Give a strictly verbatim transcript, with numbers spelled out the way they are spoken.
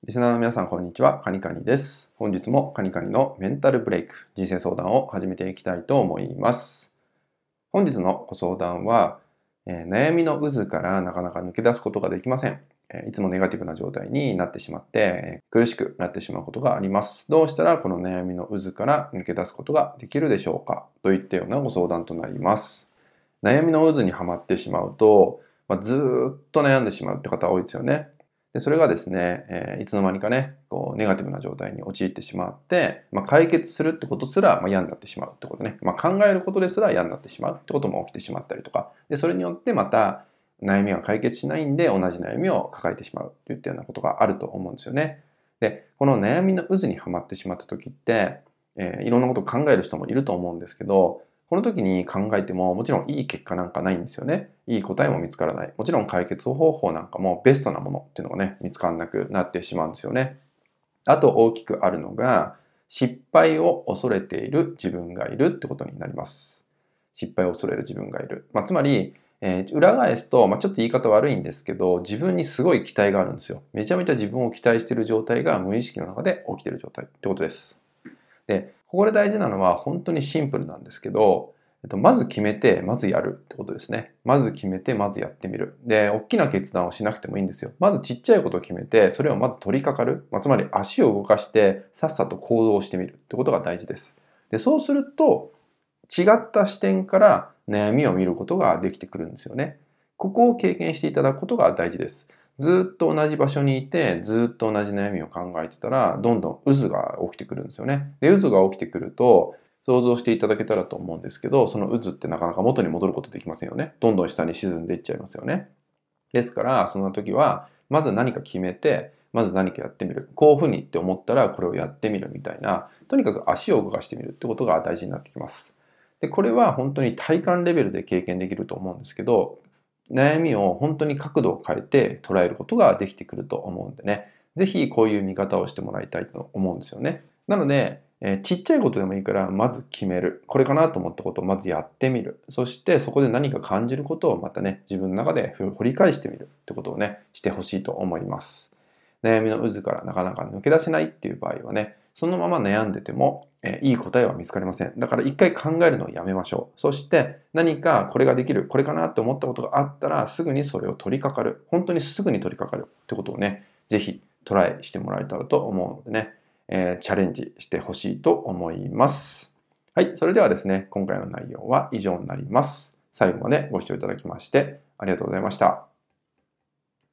リスナーの皆さん、こんにちは。カニカニです。本日もカニカニのメンタルブレイク、人生相談を始めていきたいと思います。本日のご相談は、えー悩みの渦からなかなか抜け出すことができません。えーいつもネガティブな状態になってしまって、えー苦しくなってしまうことがあります。どうしたらこの悩みの渦から抜け出すことができるでしょうかといったようなご相談となります。悩みの渦にはまってしまうと、まあ、ずーっと悩んでしまうって方多いですよね。で、それがですね、えーいつの間にかね、こう、ネガティブな状態に陥ってしまって、まあ、解決するってことすら、まあ、嫌になってしまうってことね。まあ、考えることですら嫌になってしまうってことも起きてしまったりとか。で、それによってまた、悩みが解決しないんで、同じ悩みを抱えてしまうといったようなことがあると思うんですよね。で、この悩みの渦にはまってしまった時って、えーいろんなことを考える人もいると思うんですけど、この時に考えてももちろんいい結果なんかないんですよね。いい答えも見つからない。もちろん解決方法なんかもベストなものっていうのがね、見つからなくなってしまうんですよね。あと大きくあるのが、失敗を恐れている自分がいるってことになります。失敗を恐れる自分がいる。まあ、つまり、えー裏返すと、まあ、ちょっと言い方悪いんですけど、自分にすごい期待があるんですよ。めちゃめちゃ自分を期待している状態が無意識の中で起きている状態ってことです。で、ここで大事なのは本当にシンプルなんですけど、えっと、まず決めて、まずやるってことですね。まず決めて、まずやってみる。で、大きな決断をしなくてもいいんですよ。まずちっちゃいことを決めて、それをまず取り掛かる。まあ、つまり足を動かして、さっさと行動してみるってことが大事です。で、そうすると、違った視点から悩みを見ることができてくるんですよね。ここを経験していただくことが大事です。ずっと同じ場所にいて、ずっと同じ悩みを考えてたら、どんどん渦が起きてくるんですよね。で、渦が起きてくると、想像していただけたらと思うんですけど、その渦ってなかなか元に戻ることできませんよね。どんどん下に沈んでいっちゃいますよね。ですから、その時は、まず何か決めて、まず何かやってみる。こういうふうにって思ったら、これをやってみるみたいな、とにかく足を動かしてみるってことが大事になってきます。で、これは本当に体感レベルで経験できると思うんですけど、悩みを本当に角度を変えて捉えることができてくると思うんでね、ぜひこういう見方をしてもらいたいと思うんですよね。なので、えーちっちゃいことでもいいから、まず決める。これかなと思ったことをまずやってみる。そしてそこで何か感じることをまたね、自分の中で掘り返してみるってことをね、してほしいと思います。悩みの渦からなかなか抜け出せないっていう場合はね、そのまま悩んでても、えーいい答えは見つかりません。だから一回考えるのをやめましょう。そして何かこれができる、これかなって思ったことがあったら、すぐにそれを取り掛かる。本当にすぐに取り掛かるってことをね、ぜひトライしてもらえたらと思うのでね、えーチャレンジしてほしいと思います。はい、それではですね、今回の内容は以上になります。最後までご視聴いただきましてありがとうございました。